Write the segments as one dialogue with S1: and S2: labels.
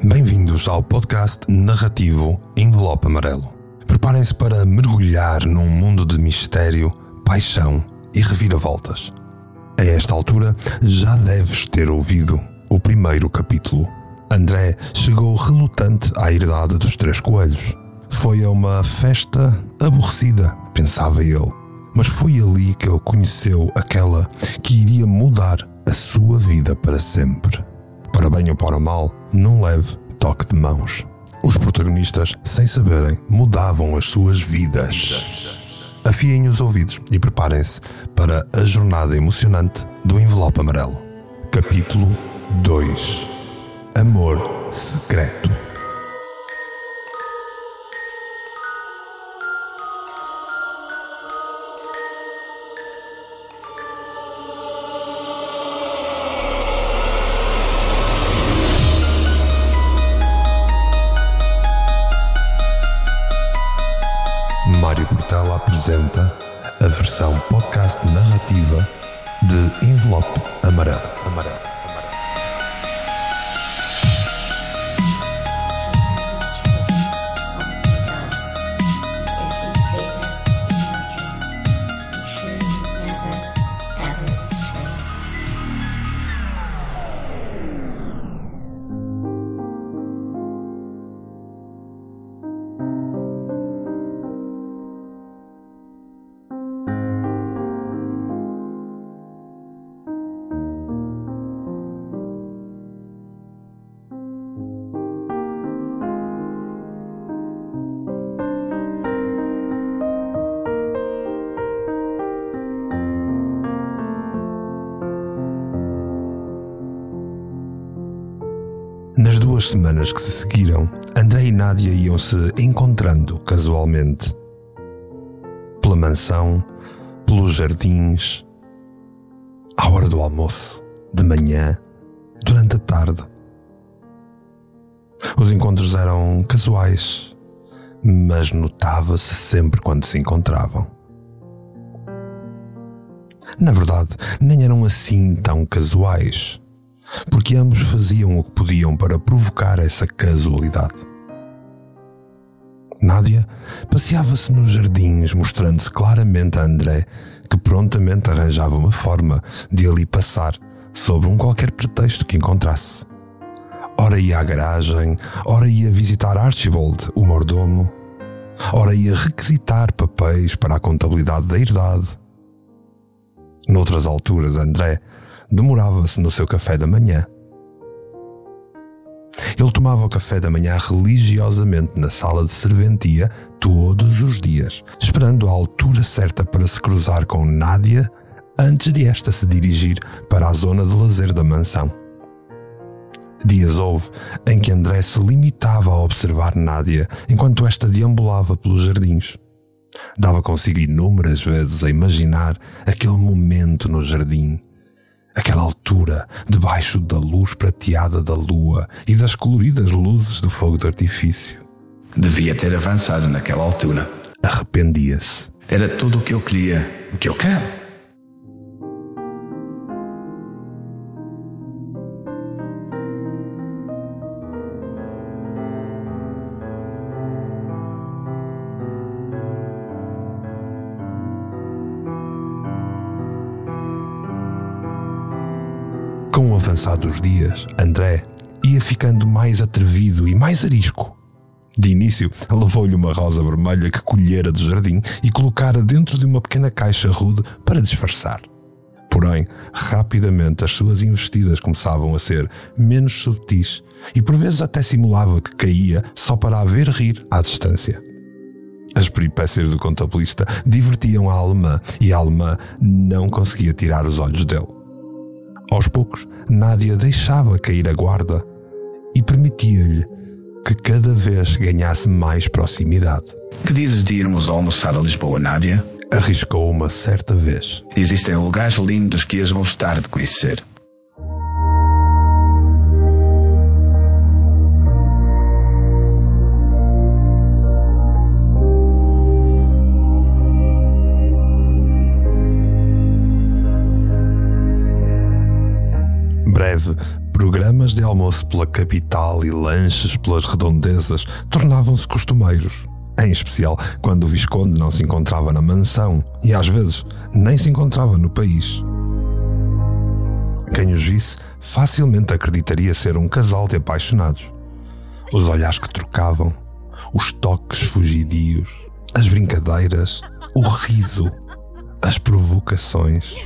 S1: Bem-vindos ao podcast narrativo Envelope Amarelo. Preparem-se para mergulhar num mundo de mistério, paixão e reviravoltas. A esta altura já deves ter ouvido o primeiro capítulo. André chegou relutante à herdade dos 3 coelhos. Foi a uma festa aborrecida, pensava ele. Mas foi ali que ele conheceu aquela que iria mudar a sua vida para sempre. Para bem ou para mal, num leve toque de mãos. Os protagonistas, sem saberem, mudavam as suas vidas. Afiem os ouvidos e preparem-se para a jornada emocionante do Envelope Amarelo. Capítulo 2. Amor Secreto. Mário Portela apresenta a versão podcast narrativa de Envelope Amarelo. Nas 2 semanas que se seguiram, André e Nádia iam-se encontrando casualmente. Pela mansão, pelos jardins, à hora do almoço, de manhã, durante a tarde. Os encontros eram casuais, mas notava-se sempre quando se encontravam. Na verdade, nem eram assim tão casuais, porque ambos faziam o que podiam para provocar essa casualidade. Nádia passeava-se nos jardins, mostrando-se claramente a André que prontamente arranjava uma forma de ali passar sob um qualquer pretexto que encontrasse. Ora ia à garagem, ora ia visitar Archibald, o mordomo, ora ia requisitar papéis para a contabilidade da herdade. Noutras alturas, André demorava-se no seu café da manhã. Ele tomava o café da manhã religiosamente na sala de serventia todos os dias, esperando a altura certa para se cruzar com Nádia antes de esta se dirigir para a zona de lazer da mansão. Dias houve em que André se limitava a observar Nádia enquanto esta deambulava pelos jardins. Dava consigo inúmeras vezes a imaginar aquele momento no jardim, aquela altura, debaixo da luz prateada da lua e das coloridas luzes do fogo de artifício.
S2: Devia ter avançado naquela altura.
S1: Arrependia-se.
S2: Era tudo o que eu queria, o que eu quero.
S1: Com o avançar dos dias, André ia ficando mais atrevido e mais arisco. De início, levou-lhe uma rosa vermelha que colhera do jardim e colocara dentro de uma pequena caixa rude para disfarçar. Porém, rapidamente as suas investidas começavam a ser menos subtis e por vezes até simulava que caía só para a ver rir à distância. As peripécias do contabilista divertiam a alemã e a alemã não conseguia tirar os olhos dele. Aos poucos, Nádia deixava cair a guarda e permitia-lhe que cada vez ganhasse mais proximidade.
S2: Que dizes de irmos almoçar a Lisboa, Nádia?
S1: Arriscou uma certa vez.
S2: Existem lugares lindos que ias gostar de conhecer.
S1: Breve Programas de almoço pela capital e lanches pelas redondezas tornavam-se costumeiros, em especial quando o Visconde não se encontrava na mansão e às vezes nem se encontrava no país. Quem os visse facilmente acreditaria ser um casal de apaixonados. Os olhares que trocavam, os toques fugidios, as brincadeiras, o riso, as provocações.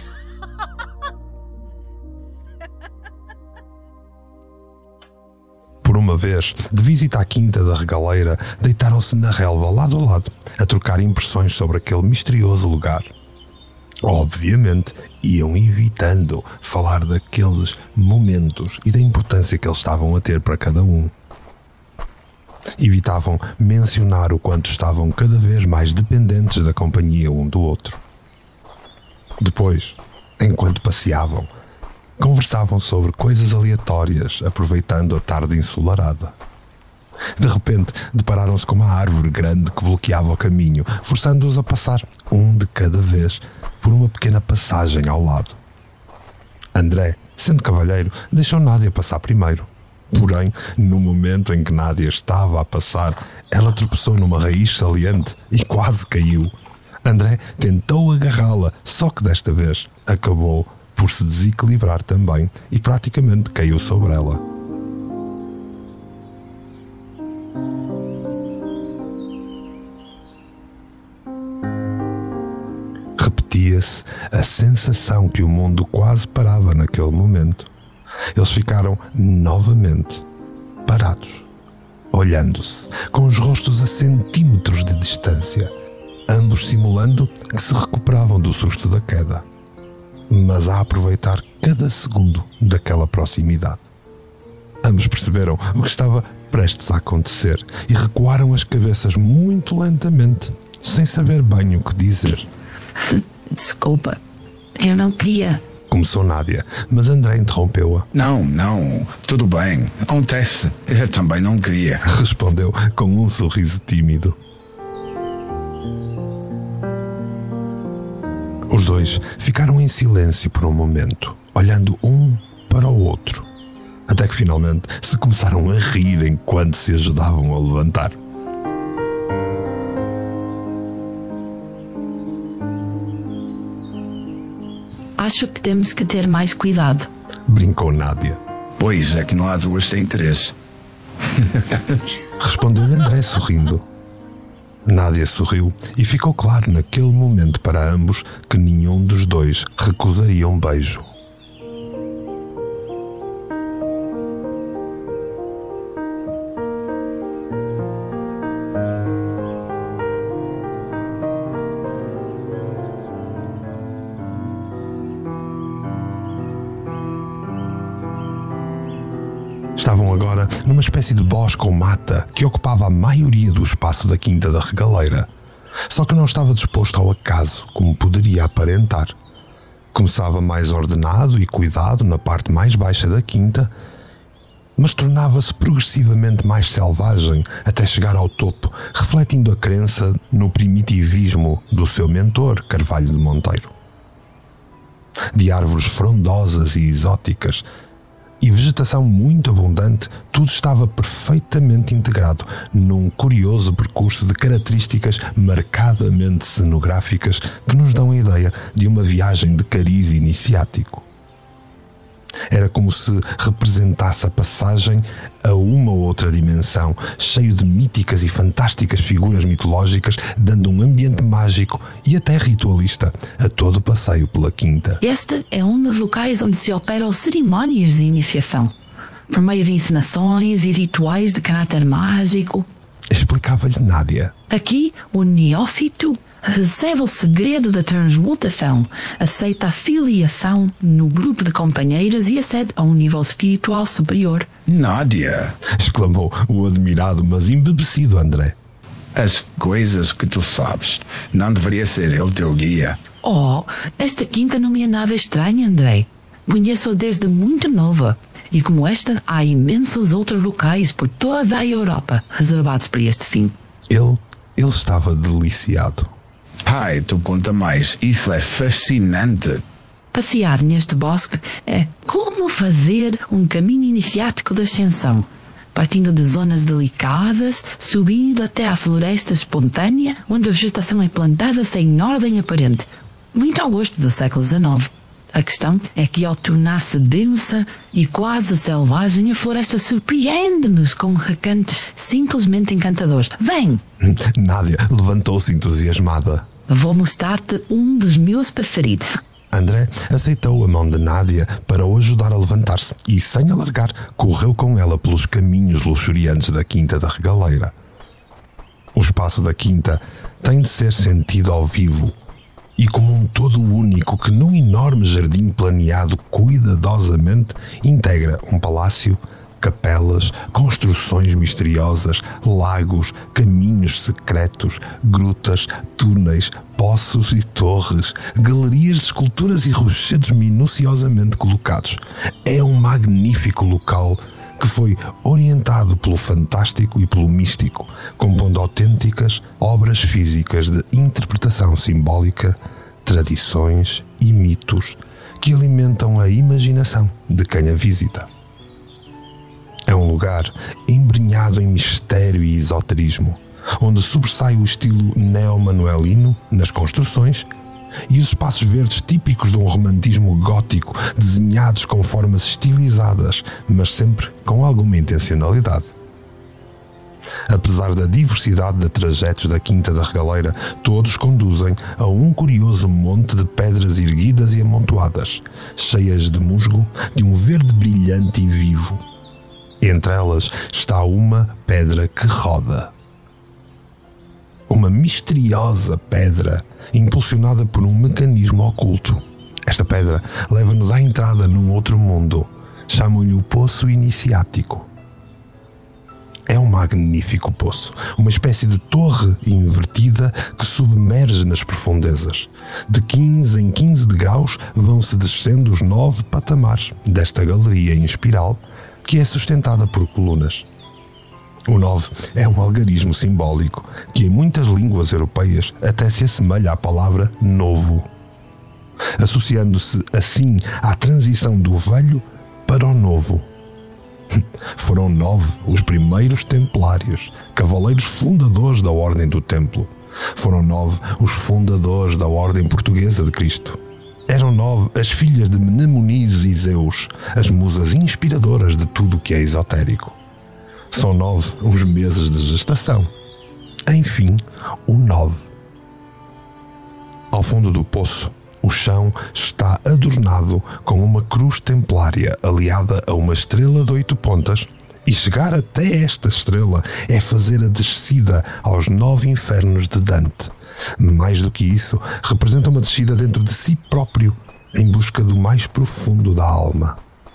S1: Por uma vez, de visita à Quinta da Regaleira, deitaram-se na relva lado a lado, a trocar impressões sobre aquele misterioso lugar. Obviamente, iam evitando falar daqueles momentos e da importância que eles estavam a ter para cada um. Evitavam mencionar o quanto estavam cada vez mais dependentes da companhia um do outro. Depois, enquanto passeavam, conversavam sobre coisas aleatórias, aproveitando a tarde ensolarada. De repente, depararam-se com uma árvore grande que bloqueava o caminho, forçando-os a passar, um de cada vez, por uma pequena passagem ao lado. André, sendo cavalheiro, deixou Nádia passar primeiro. Porém, no momento em que Nádia estava a passar, ela tropeçou numa raiz saliente e quase caiu. André tentou agarrá-la, só que desta vez acabou por se desequilibrar também e praticamente caiu sobre ela. Repetia-se a sensação que o mundo quase parava naquele momento. Eles ficaram novamente parados, olhando-se, com os rostos a centímetros de distância, ambos simulando que se recuperavam do susto da queda, mas a aproveitar cada segundo daquela proximidade. Ambos perceberam o que estava prestes a acontecer e recuaram as cabeças muito lentamente, sem saber bem o que dizer.
S3: Desculpa, eu não queria.
S1: Começou Nádia, mas André interrompeu-a.
S2: Não, tudo bem. Acontece. Eu também não queria.
S1: Respondeu com um sorriso tímido. Os dois ficaram em silêncio por um momento, olhando um para o outro, até que finalmente se começaram a rir enquanto se ajudavam a levantar.
S3: Acho que temos que ter mais cuidado,
S1: brincou Nádia.
S2: Pois é que não há duas sem três.
S1: Respondeu André sorrindo. Nádia sorriu e ficou claro naquele momento para ambos que nenhum dos dois recusaria um beijo. Estavam agora numa espécie de bosque ou mata que ocupava a maioria do espaço da Quinta da Regaleira, só que não estava disposto ao acaso, como poderia aparentar. Começava mais ordenado e cuidado na parte mais baixa da quinta, mas tornava-se progressivamente mais selvagem até chegar ao topo, refletindo a crença no primitivismo do seu mentor, Carvalho de Monteiro. De árvores frondosas e exóticas e vegetação muito abundante, tudo estava perfeitamente integrado num curioso percurso de características marcadamente cenográficas que nos dão a ideia de uma viagem de cariz iniciático. Era como se representasse a passagem a uma ou outra dimensão, cheio de míticas e fantásticas figuras mitológicas, dando um ambiente mágico e até ritualista a todo o passeio pela quinta.
S3: Este é um dos locais onde se operam cerimónias de iniciação, por meio de encenações e rituais de caráter mágico.
S1: Explicava-lhe Nádia.
S3: Aqui, o neófito recebe o segredo da transmutação, aceita a filiação no grupo de companheiros e acede a um nível espiritual superior.
S2: Nádia!
S1: Exclamou o admirado, mas embebecido André.
S2: As coisas que tu sabes, não deveria ser eu teu guia.
S3: Oh, esta quinta não me é nada estranha, André. Conheço-a desde muito nova. E como esta, há imensos outros locais por toda a Europa reservados para este fim.
S1: Ele estava deliciado.
S2: Pai, tu conta mais. Isso é fascinante.
S3: Passear neste bosque é como fazer um caminho iniciático de ascensão, partindo de zonas delicadas, subindo até à floresta espontânea, onde a vegetação é plantada sem ordem aparente, muito ao gosto do século XIX. A questão é que, ao tornar-se densa e quase selvagem, a floresta surpreende-nos com recantos simplesmente encantadores. Vem!
S1: Nádia levantou-se entusiasmada.
S3: Vou mostrar-te um dos meus preferidos.
S1: André aceitou a mão de Nádia para o ajudar a levantar-se e, sem alargar, correu com ela pelos caminhos luxuriantes da Quinta da Regaleira. O espaço da Quinta tem de ser sentido ao vivo e como um todo único que, num enorme jardim planeado cuidadosamente, integra um palácio, capelas, construções misteriosas, lagos, caminhos secretos, grutas, túneis, poços e torres, galerias de esculturas e rochedos minuciosamente colocados. É um magnífico local que foi orientado pelo fantástico e pelo místico, compondo autênticas obras físicas de interpretação simbólica, tradições e mitos que alimentam a imaginação de quem a visita. É um lugar embrenhado em mistério e esoterismo, onde sobressai o estilo neo-manuelino nas construções e os espaços verdes típicos de um romantismo gótico, desenhados com formas estilizadas, mas sempre com alguma intencionalidade. Apesar da diversidade de trajetos da Quinta da Regaleira, todos conduzem a um curioso monte de pedras erguidas e amontoadas, cheias de musgo de um verde brilhante e vivo. Entre elas está uma pedra que roda. Uma misteriosa pedra impulsionada por um mecanismo oculto. Esta pedra leva-nos à entrada num outro mundo. Chamam-lhe o Poço Iniciático. É um magnífico poço, uma espécie de torre invertida que submerge nas profundezas. De 15 em 15 degraus vão-se descendo os 9 patamares desta galeria em espiral, que é sustentada por colunas. O 9 é um algarismo simbólico que em muitas línguas europeias até se assemelha à palavra novo, associando-se assim à transição do velho para o novo. Foram 9 os primeiros templários, cavaleiros fundadores da Ordem do Templo. Foram 9 os fundadores da Ordem Portuguesa de Cristo. Eram 9 as filhas de Mnemonis e Zeus, as musas inspiradoras de tudo o que é esotérico. São 9 os meses de gestação. Enfim, o 9. Ao fundo do poço, o chão está adornado com uma cruz templária aliada a uma estrela de 8 pontas, e chegar até esta estrela é fazer a descida aos 9 infernos de Dante. Mais do que isso, representa uma descida dentro de si próprio, em busca do mais profundo da alma.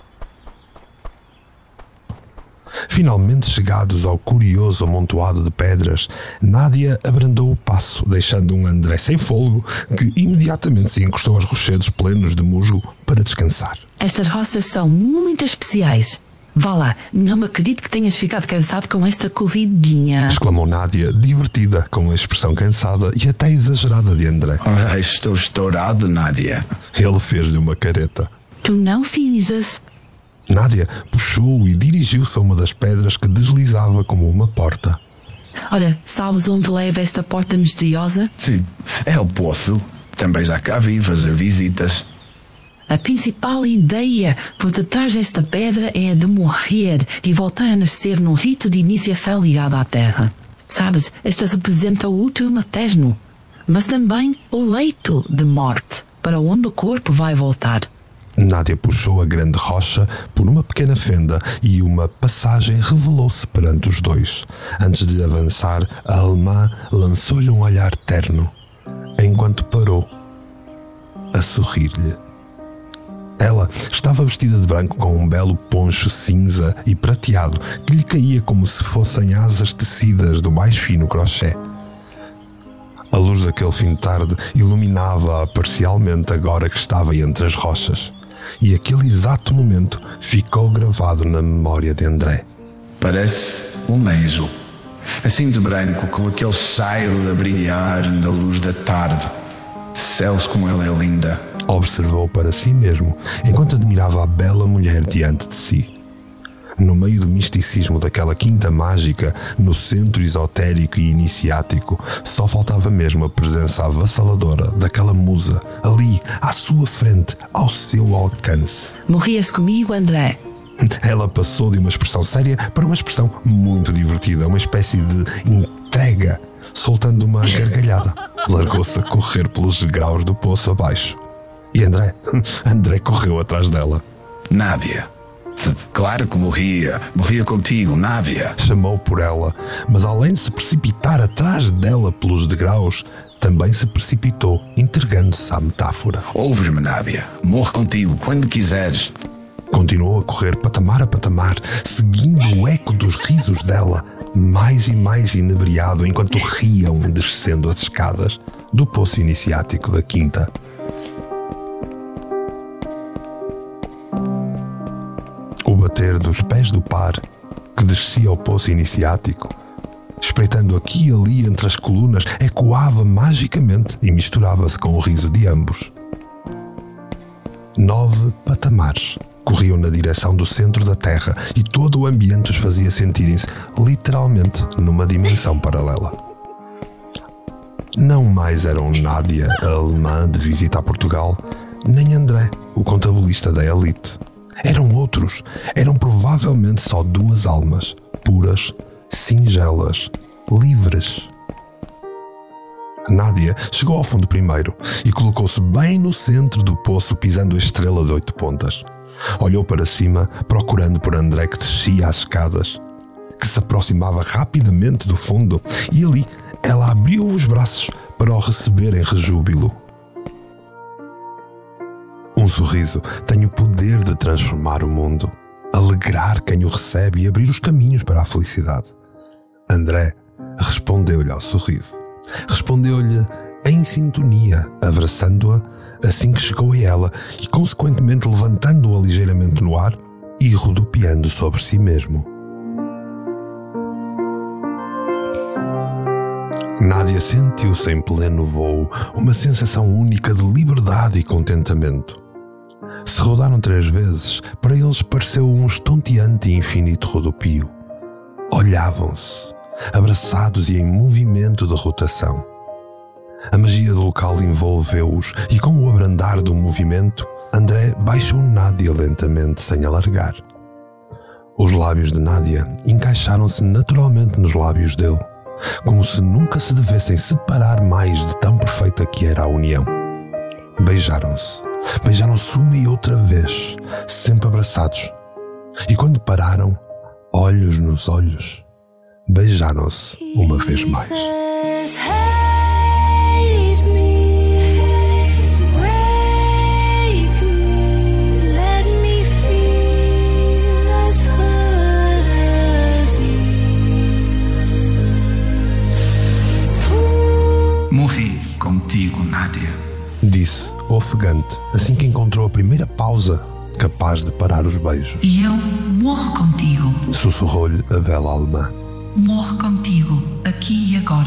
S1: Finalmente chegados ao curioso amontoado de pedras, Nádia abrandou o passo, deixando um André sem fôlego, que imediatamente se encostou aos rochedos plenos de musgo para descansar.
S3: Estas roças são muito especiais. Vá lá, não me acredito que tenhas ficado cansado com esta corridinha,
S1: exclamou Nádia, divertida com a expressão cansada e até exagerada de André.
S2: Estou estourado, Nádia.
S1: Ele fez-lhe uma careta.
S3: Tu não finges.
S1: Nádia puxou-o e dirigiu-se a uma das pedras que deslizava como uma porta.
S3: Ora, sabes onde leva esta porta misteriosa?
S2: Sim, é o poço. Também já cá vim fazer visitas.
S3: A principal ideia por detrás desta pedra é a de morrer e voltar a nascer num rito de iniciação ligado à terra. Sabes, esta representa o último eterno, mas também o leito de morte, para onde o corpo vai voltar.
S1: Nádia puxou a grande rocha por uma pequena fenda e uma passagem revelou-se perante os dois. Antes de avançar, a alemã lançou-lhe um olhar terno, enquanto parou, a sorrir-lhe. Ela estava vestida de branco com um belo poncho cinza e prateado que lhe caía como se fossem asas tecidas do mais fino crochê. A luz daquele fim de tarde iluminava-a parcialmente agora que estava entre as rochas. E aquele exato momento ficou gravado na memória de André.
S2: Parece um anjo, assim de branco, com aquele saio a brilhar na luz da tarde. Céus, como ela é linda.
S1: Observou para si mesmo, enquanto admirava a bela mulher diante de si. No meio do misticismo daquela quinta mágica, no centro esotérico e iniciático, só faltava mesmo a presença avassaladora daquela musa, ali, à sua frente, ao seu alcance.
S3: Morrias comigo, André?
S1: Ela passou de uma expressão séria para uma expressão muito divertida, uma espécie de entrega, soltando uma gargalhada. Largou-se a correr pelos degraus do poço abaixo. E André correu atrás dela.
S2: Nádia. Claro que morria contigo, Nádia.
S1: Chamou por ela, mas além de se precipitar atrás dela pelos degraus, também se precipitou, entregando-se à metáfora.
S2: Ouve-me, Nádia. Morro contigo quando quiseres.
S1: Continuou a correr patamar a patamar, seguindo o eco dos risos dela, mais e mais inebriado enquanto riam descendo as escadas do poço iniciático da quinta. O bater dos pés do par que descia ao poço iniciático, espreitando aqui e ali entre as colunas, ecoava magicamente e misturava-se com o riso de ambos. 9 patamares corriam na direção do centro da Terra e todo o ambiente os fazia sentirem-se literalmente numa dimensão paralela. Não mais eram Nádia, a alemã de visita a Portugal, nem André, o contabilista da elite. Eram outros, eram provavelmente só 2 almas, puras, singelas, livres. Nádia chegou ao fundo primeiro e colocou-se bem no centro do poço, pisando a estrela de 8 pontas. Olhou para cima, procurando por André, que descia as escadas, que se aproximava rapidamente do fundo, e ali ela abriu os braços para o receber em rejúbilo. Um sorriso tem o poder de transformar o mundo, alegrar quem o recebe e abrir os caminhos para a felicidade. André respondeu-lhe ao sorriso. Respondeu-lhe em sintonia, abraçando-a assim que chegou a ela e, consequentemente, levantando-a ligeiramente no ar e rodopiando sobre si mesmo. Nádia sentiu-se em pleno voo, uma sensação única de liberdade e contentamento. Se rodaram 3 vezes, para eles pareceu um estonteante e infinito rodopio. Olhavam-se, abraçados e em movimento de rotação. A magia do local envolveu-os e, com o abrandar do movimento, André baixou Nádia lentamente, sem alargar. Os lábios de Nádia encaixaram-se naturalmente nos lábios dele, como se nunca se devessem separar mais de tão perfeita que era a união. Beijaram-se uma e outra vez, sempre abraçados. E quando pararam, olhos nos olhos, beijaram-se uma vez mais.
S2: Morri contigo, Nádia,
S1: disse, ofegante, assim que encontrou a primeira pausa capaz de parar os beijos.
S3: E eu morro contigo.
S1: Sussurrou-lhe a bela alemã.
S3: Morro contigo, aqui e agora.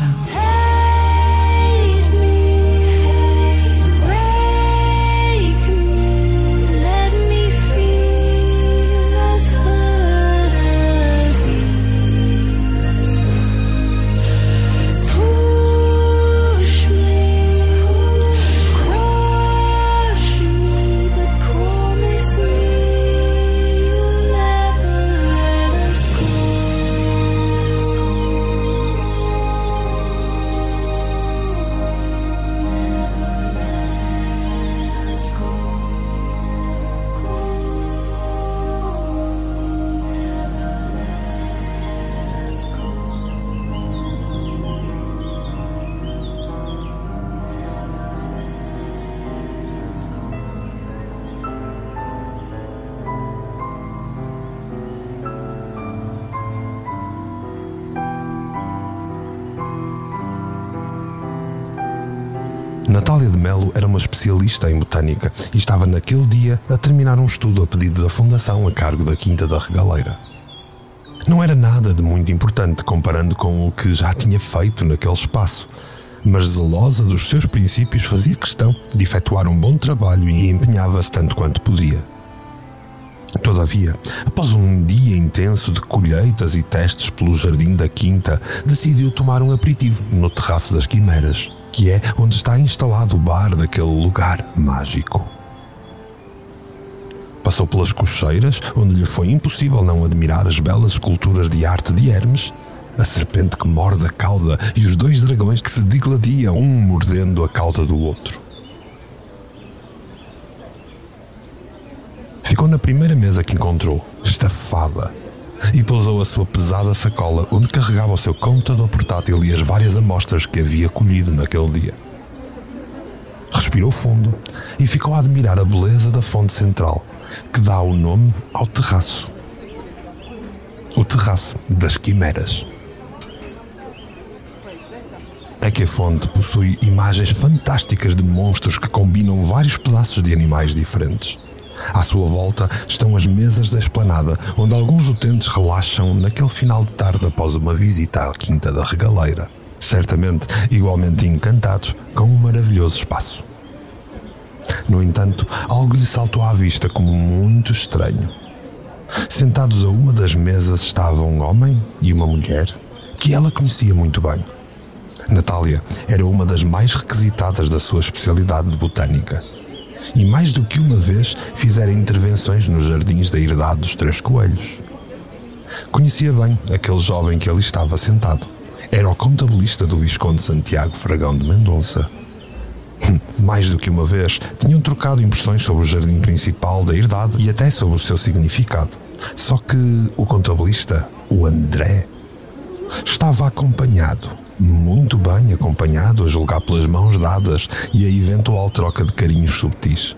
S1: Natália de Melo era uma especialista em botânica e estava naquele dia a terminar um estudo a pedido da Fundação a cargo da Quinta da Regaleira. Não era nada de muito importante comparando com o que já tinha feito naquele espaço, mas zelosa dos seus princípios, fazia questão de efetuar um bom trabalho e empenhava-se tanto quanto podia. Todavia, após um dia intenso de colheitas e testes pelo jardim da quinta, decidiu tomar um aperitivo no terraço das Quimeras, que é onde está instalado o bar daquele lugar mágico. Passou pelas cocheiras, onde lhe foi impossível não admirar as belas esculturas de arte de Hermes, a serpente que morde a cauda e os dois dragões que se digladiam, um mordendo a cauda do outro. Ficou na primeira mesa que encontrou, estafada, e pousou a sua pesada sacola onde carregava o seu computador portátil e as várias amostras que havia colhido naquele dia. Respirou fundo e ficou a admirar a beleza da fonte central, que dá o nome ao terraço. O terraço das Quimeras. É que a fonte possui imagens fantásticas de monstros que combinam vários pedaços de animais diferentes. À sua volta estão as mesas da esplanada, onde alguns utentes relaxam naquele final de tarde após uma visita à Quinta da Regaleira, certamente igualmente encantados com um maravilhoso espaço. No entanto, algo lhe saltou à vista como muito estranho. Sentados a uma das mesas estavam um homem e uma mulher que ela conhecia muito bem. Natália era uma das mais requisitadas da sua especialidade de botânica, e mais do que uma vez fizera intervenções nos jardins da Herdade dos Três Coelhos. Conhecia bem aquele jovem que ali estava sentado. Era o contabilista do Visconde Santiago Fragão de Mendonça. Mais do que uma vez tinham trocado impressões sobre o jardim principal da Herdade e até sobre o seu significado. Só que o contabilista, o André, estava acompanhado, muito bem acompanhado, a julgar pelas mãos dadas e a eventual troca de carinhos subtis.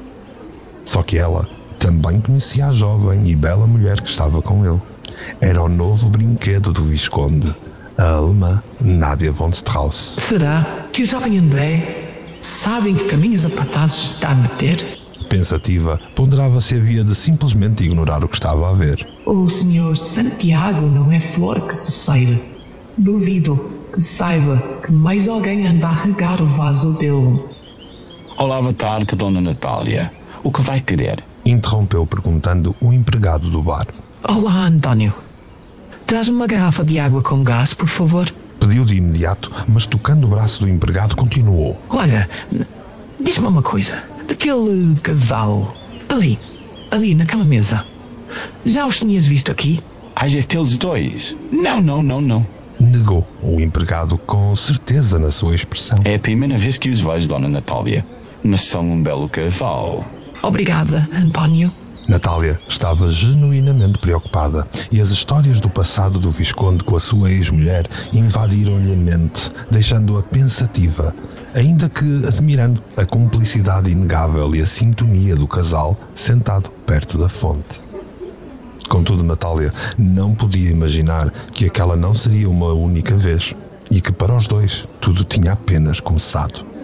S1: Só que ela também conhecia a jovem e bela mulher que estava com ele. Era o novo brinquedo do Visconde, a alemã Nádia von Strauss.
S4: Será que o jovem André sabe em que caminhos apartados está a meter?
S1: Pensativa, ponderava se havia de simplesmente ignorar o que estava a ver.
S4: O senhor Santiago não é flor que se saire. Duvido que saiba que mais alguém anda a regar o vaso dele.
S5: Olá, boa tarde, Dona Natália. O que vai querer?
S1: Interrompeu perguntando o empregado do bar.
S4: Olá, António. Traz-me uma garrafa de água com gás, por favor.
S1: Pediu de imediato, mas tocando o braço do empregado continuou.
S4: Olha, diz-me uma coisa. Daquele cavalo, ali naquela mesa, já os tinhas visto aqui?
S5: Aqueles dois? Não.
S1: Negou o empregado com certeza na sua expressão.
S5: É a primeira vez que os vejo, Dona Natália, mas são um belo cavalo.
S4: Obrigada, António.
S1: Natália estava genuinamente preocupada e as histórias do passado do Visconde com a sua ex-mulher invadiram-lhe a mente, deixando-a pensativa, ainda que admirando a cumplicidade inegável e a sintonia do casal sentado perto da fonte. Contudo, Natália não podia imaginar que aquela não seria uma única vez e que para os dois tudo tinha apenas começado.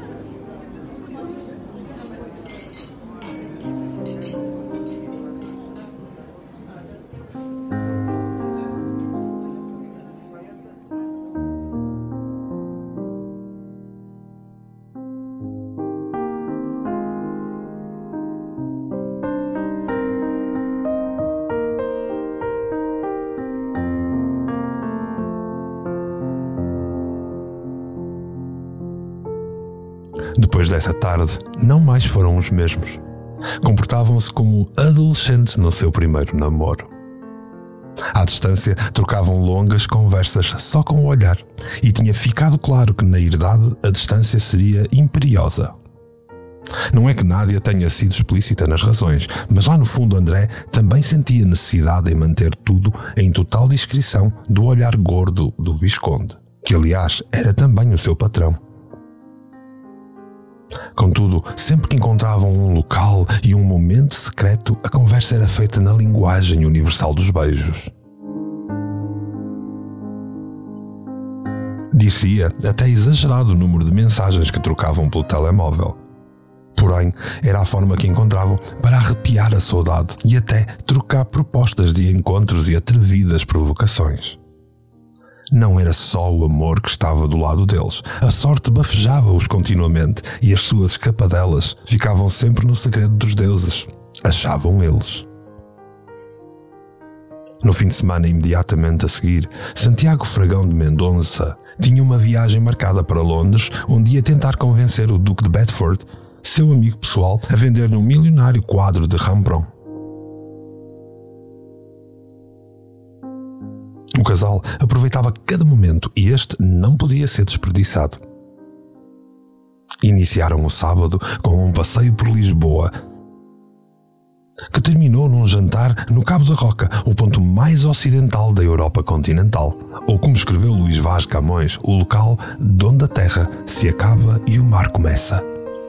S1: Depois dessa tarde, não mais foram os mesmos. Comportavam-se como adolescentes no seu primeiro namoro. À distância, trocavam longas conversas só com o olhar, e tinha ficado claro que na Herdade a distância seria imperiosa. Não é que Nádia tenha sido explícita nas razões, mas lá no fundo André também sentia necessidade em manter tudo em total discrição do olhar gordo do Visconde, que aliás era também o seu patrão. Contudo, sempre que encontravam um local e um momento secreto, a conversa era feita na linguagem universal dos beijos. Dizia até exagerado o número de mensagens que trocavam pelo telemóvel. Porém, era a forma que encontravam para arrepiar a saudade e até trocar propostas de encontros e atrevidas provocações. Não era só o amor que estava do lado deles. A sorte bafejava-os continuamente e as suas escapadelas ficavam sempre no segredo dos deuses. Achavam eles. No fim de semana imediatamente a seguir, Santiago Fragão de Mendonça tinha uma viagem marcada para Londres, onde ia tentar convencer o Duque de Bedford, seu amigo pessoal, a vender-lhe um milionário quadro de Rembrandt. O casal aproveitava cada momento e este não podia ser desperdiçado. Iniciaram o sábado com um passeio por Lisboa, que terminou num jantar no Cabo da Roca, o ponto mais ocidental da Europa continental, ou como escreveu Luís Vaz de Camões, o local de onde a terra se acaba e o mar começa.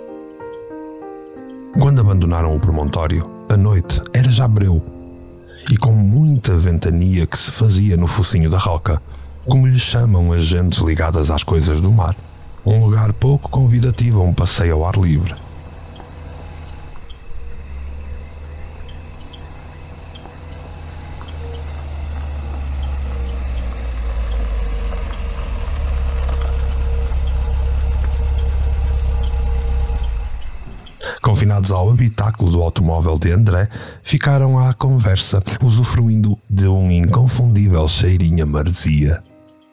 S1: Quando abandonaram o promontório, a noite era já breu, e com muita ventania que se fazia no focinho da roca, como lhe chamam as gentes ligadas às coisas do mar, um lugar pouco convidativo a um passeio ao ar livre. Confinados ao habitáculo do automóvel de André, ficaram à conversa, usufruindo de um inconfundível cheirinho a maresia.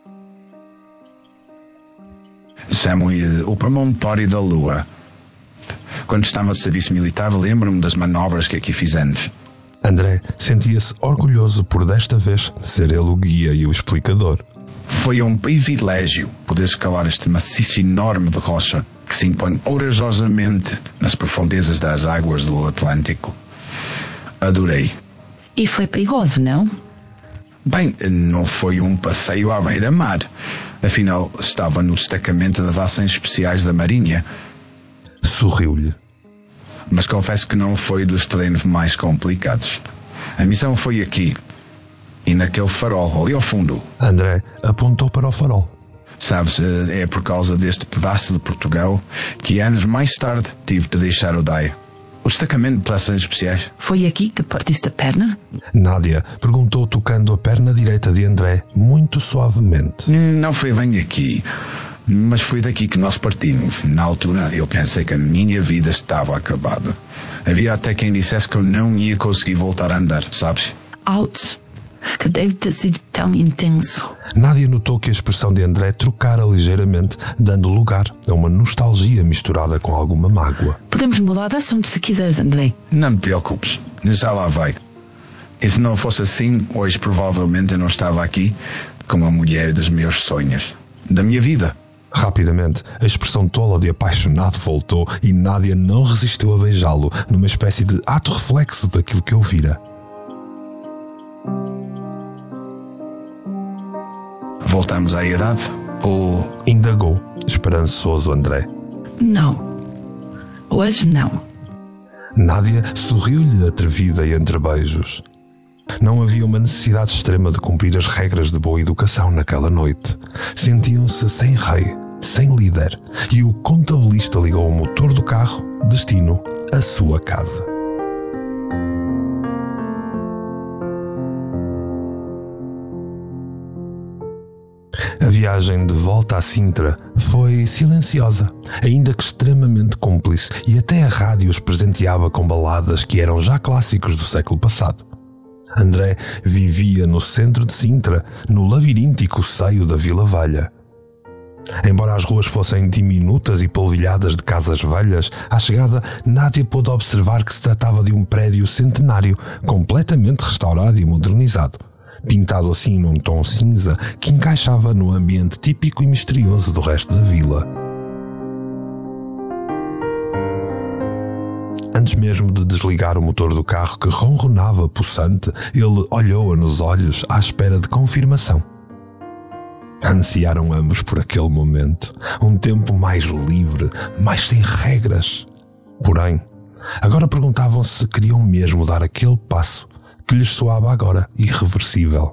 S2: Chamo-lhe o promontório da Lua. Quando estava de serviço militar, lembro-me das manobras que aqui fizemos.
S1: André sentia-se orgulhoso por desta vez ser ele o guia e o explicador.
S2: Foi um privilégio poder escalar este maciço enorme de rocha que se impõe orajosamente nas profundezas das águas do Atlântico. Adorei.
S3: E foi perigoso, não?
S2: Bem, não foi um passeio à beira-mar. Afinal, estava no destacamento de ações especiais da Marinha.
S1: Sorriu-lhe.
S2: Mas confesso que não foi dos terrenos mais complicados. A missão foi aqui, e naquele farol, ali ao fundo.
S1: André apontou para o farol.
S2: Sabes, é por causa deste pedaço de Portugal que anos mais tarde tive de deixar o DAE, o destacamento de operações especiais.
S3: Foi aqui que partiste a perna?
S1: Nádia perguntou, tocando a perna direita de André muito suavemente.
S2: Não foi bem aqui, mas foi daqui que nós partimos. Na altura eu pensei que a minha vida estava acabada. Havia até quem dissesse que eu não ia conseguir voltar a andar, sabes?
S3: Ouch, que deve ter sido tão intenso.
S1: Nádia notou que a expressão de André trocara ligeiramente, dando lugar a uma nostalgia misturada com alguma mágoa.
S3: Podemos mudar de assunto se quiseres, André.
S2: Não me preocupes, já lá vai. E se não fosse assim, hoje provavelmente eu não estava aqui com a mulher dos meus sonhos, da minha vida.
S1: Rapidamente, a expressão tola de apaixonado voltou e Nádia não resistiu a beijá-lo, numa espécie de ato reflexo daquilo que ouvira.
S2: Voltamos à idade? Ou...
S1: Indagou, esperançoso André.
S3: Não. Hoje não.
S1: Nádia sorriu-lhe atrevida e entre beijos. Não havia uma necessidade extrema de cumprir as regras de boa educação naquela noite. Sentiam-se sem rei, sem líder, e o contabilista ligou o motor do carro, destino à sua casa. A viagem de volta a Sintra foi silenciosa, ainda que extremamente cúmplice, e até a rádio os presenteava com baladas que eram já clássicos do século passado. André vivia no centro de Sintra, no labiríntico seio da Vila Velha. Embora as ruas fossem diminutas e polvilhadas de casas velhas, à chegada Nádia pôde observar que se tratava de um prédio centenário, completamente restaurado e modernizado, pintado assim num tom cinza que encaixava no ambiente típico e misterioso do resto da vila. Antes mesmo de desligar o motor do carro que ronronava possante, ele olhou-a nos olhos à espera de confirmação. Ansiaram ambos por aquele momento, um tempo mais livre, mais sem regras. Porém, agora perguntavam-se se queriam mesmo dar aquele passo que lhes soava agora irreversível.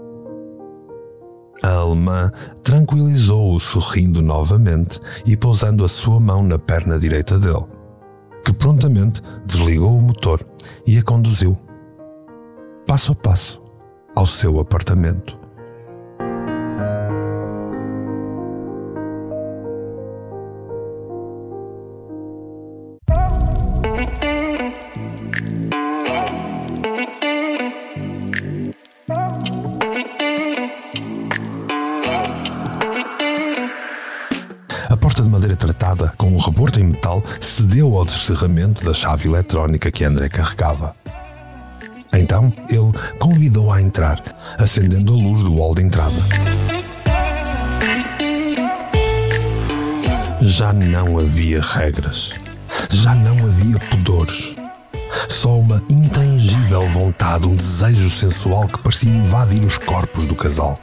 S1: A alemã tranquilizou-o sorrindo novamente e pousando a sua mão na perna direita dele, que prontamente desligou o motor e a conduziu, passo a passo, ao seu apartamento. ao descerramento da chave eletrónica que André carregava. Então ele convidou-a a entrar, acendendo a luz do hall de entrada. Já não havia regras, já não havia pudores. Só uma intangível vontade, um desejo sensual que parecia invadir os corpos do casal.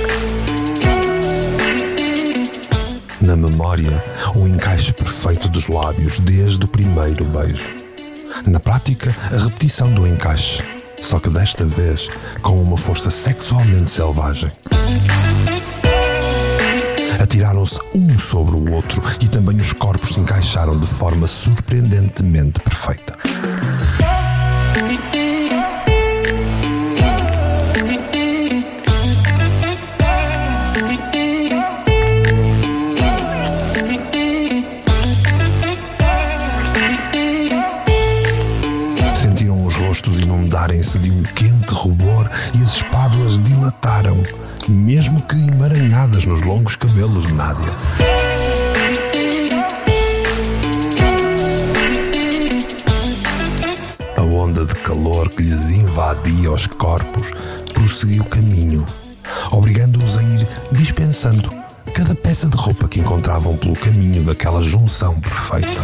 S1: Na memória, o encaixe perfeito dos lábios desde o primeiro beijo. Na prática, a repetição do encaixe, só que desta vez com uma força sexualmente selvagem. Atiraram-se um sobre o outro e também os corpos se encaixaram de forma surpreendentemente perfeita. Sentiram os rostos inundarem-se de um quente rubor e as espáduas dilataram, mesmo que emaranhadas nos longos cabelos de Nádia. A onda de calor que lhes invadia os corpos prosseguiu o caminho, obrigando-os a ir dispensando cada peça de roupa que encontravam pelo caminho daquela junção perfeita.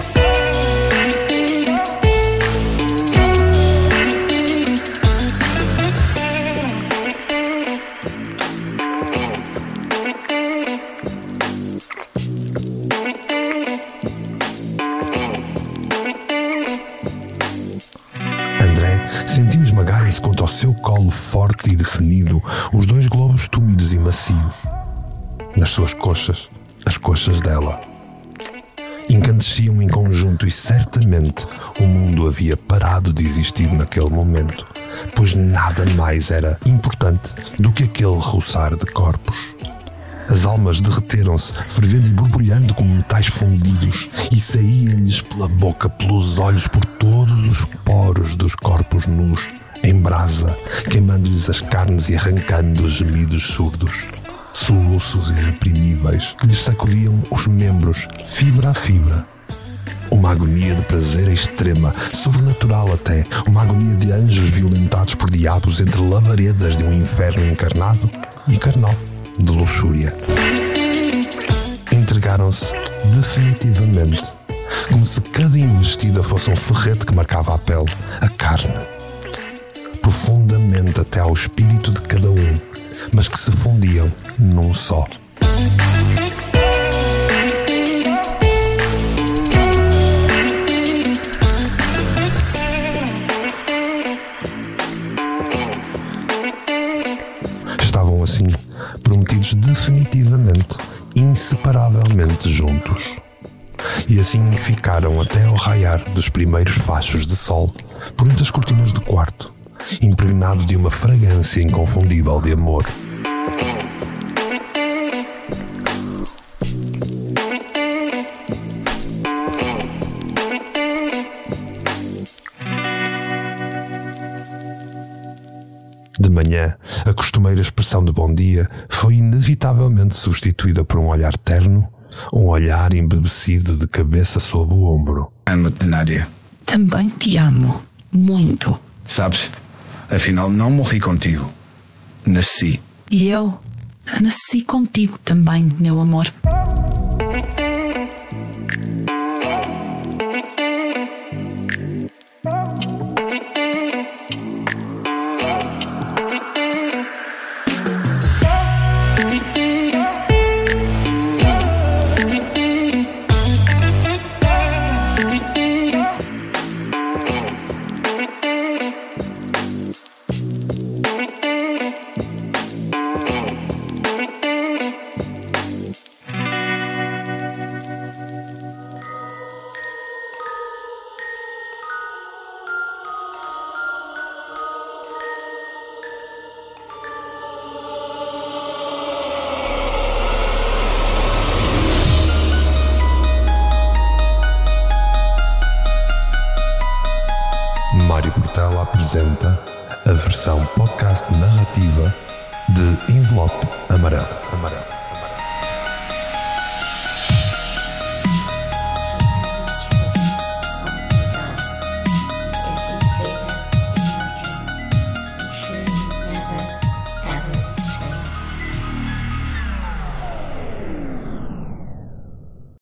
S1: Sentiu esmagarem-se contra o seu colo forte e definido os dois globos túmidos e macios. Nas suas coxas, as coxas dela. Incandesciam em conjunto e certamente o mundo havia parado de existir naquele momento, pois nada mais era importante do que aquele roçar de corpos. As almas derreteram-se, fervendo e borbulhando como metais fundidos, e saía-lhes pela boca, pelos olhos, por todos os poros dos corpos nus, em brasa, queimando-lhes as carnes e arrancando os gemidos surdos. Soluços irreprimíveis que lhes sacudiam os membros, fibra a fibra. Uma agonia de prazer extrema, sobrenatural até, uma agonia de anjos violentados por diabos entre labaredas de um inferno encarnado e carnal de luxúria. Entregaram-se definitivamente, como se cada investida fosse um ferrete que marcava a pele, a carne, profundamente até ao espírito de cada um, mas que se fundiam num só. Estavam assim, prometidos definitivamente, inseparavelmente juntos. E assim ficaram até ao raiar dos primeiros fachos de sol, por entre as cortinas do quarto, impregnado de uma fragrância inconfundível de amor. De manhã, a costumeira expressão de bom dia foi inevitavelmente substituída por um olhar terno, um olhar embebecido de cabeça sob o ombro.
S2: Amo-te, Nádia.
S3: Também te amo. Muito.
S2: Sabes, afinal não morri contigo. Nasci.
S3: E eu nasci contigo também, meu amor.
S1: Mário Portela apresenta a versão podcast narrativa de Envelope Amarelo.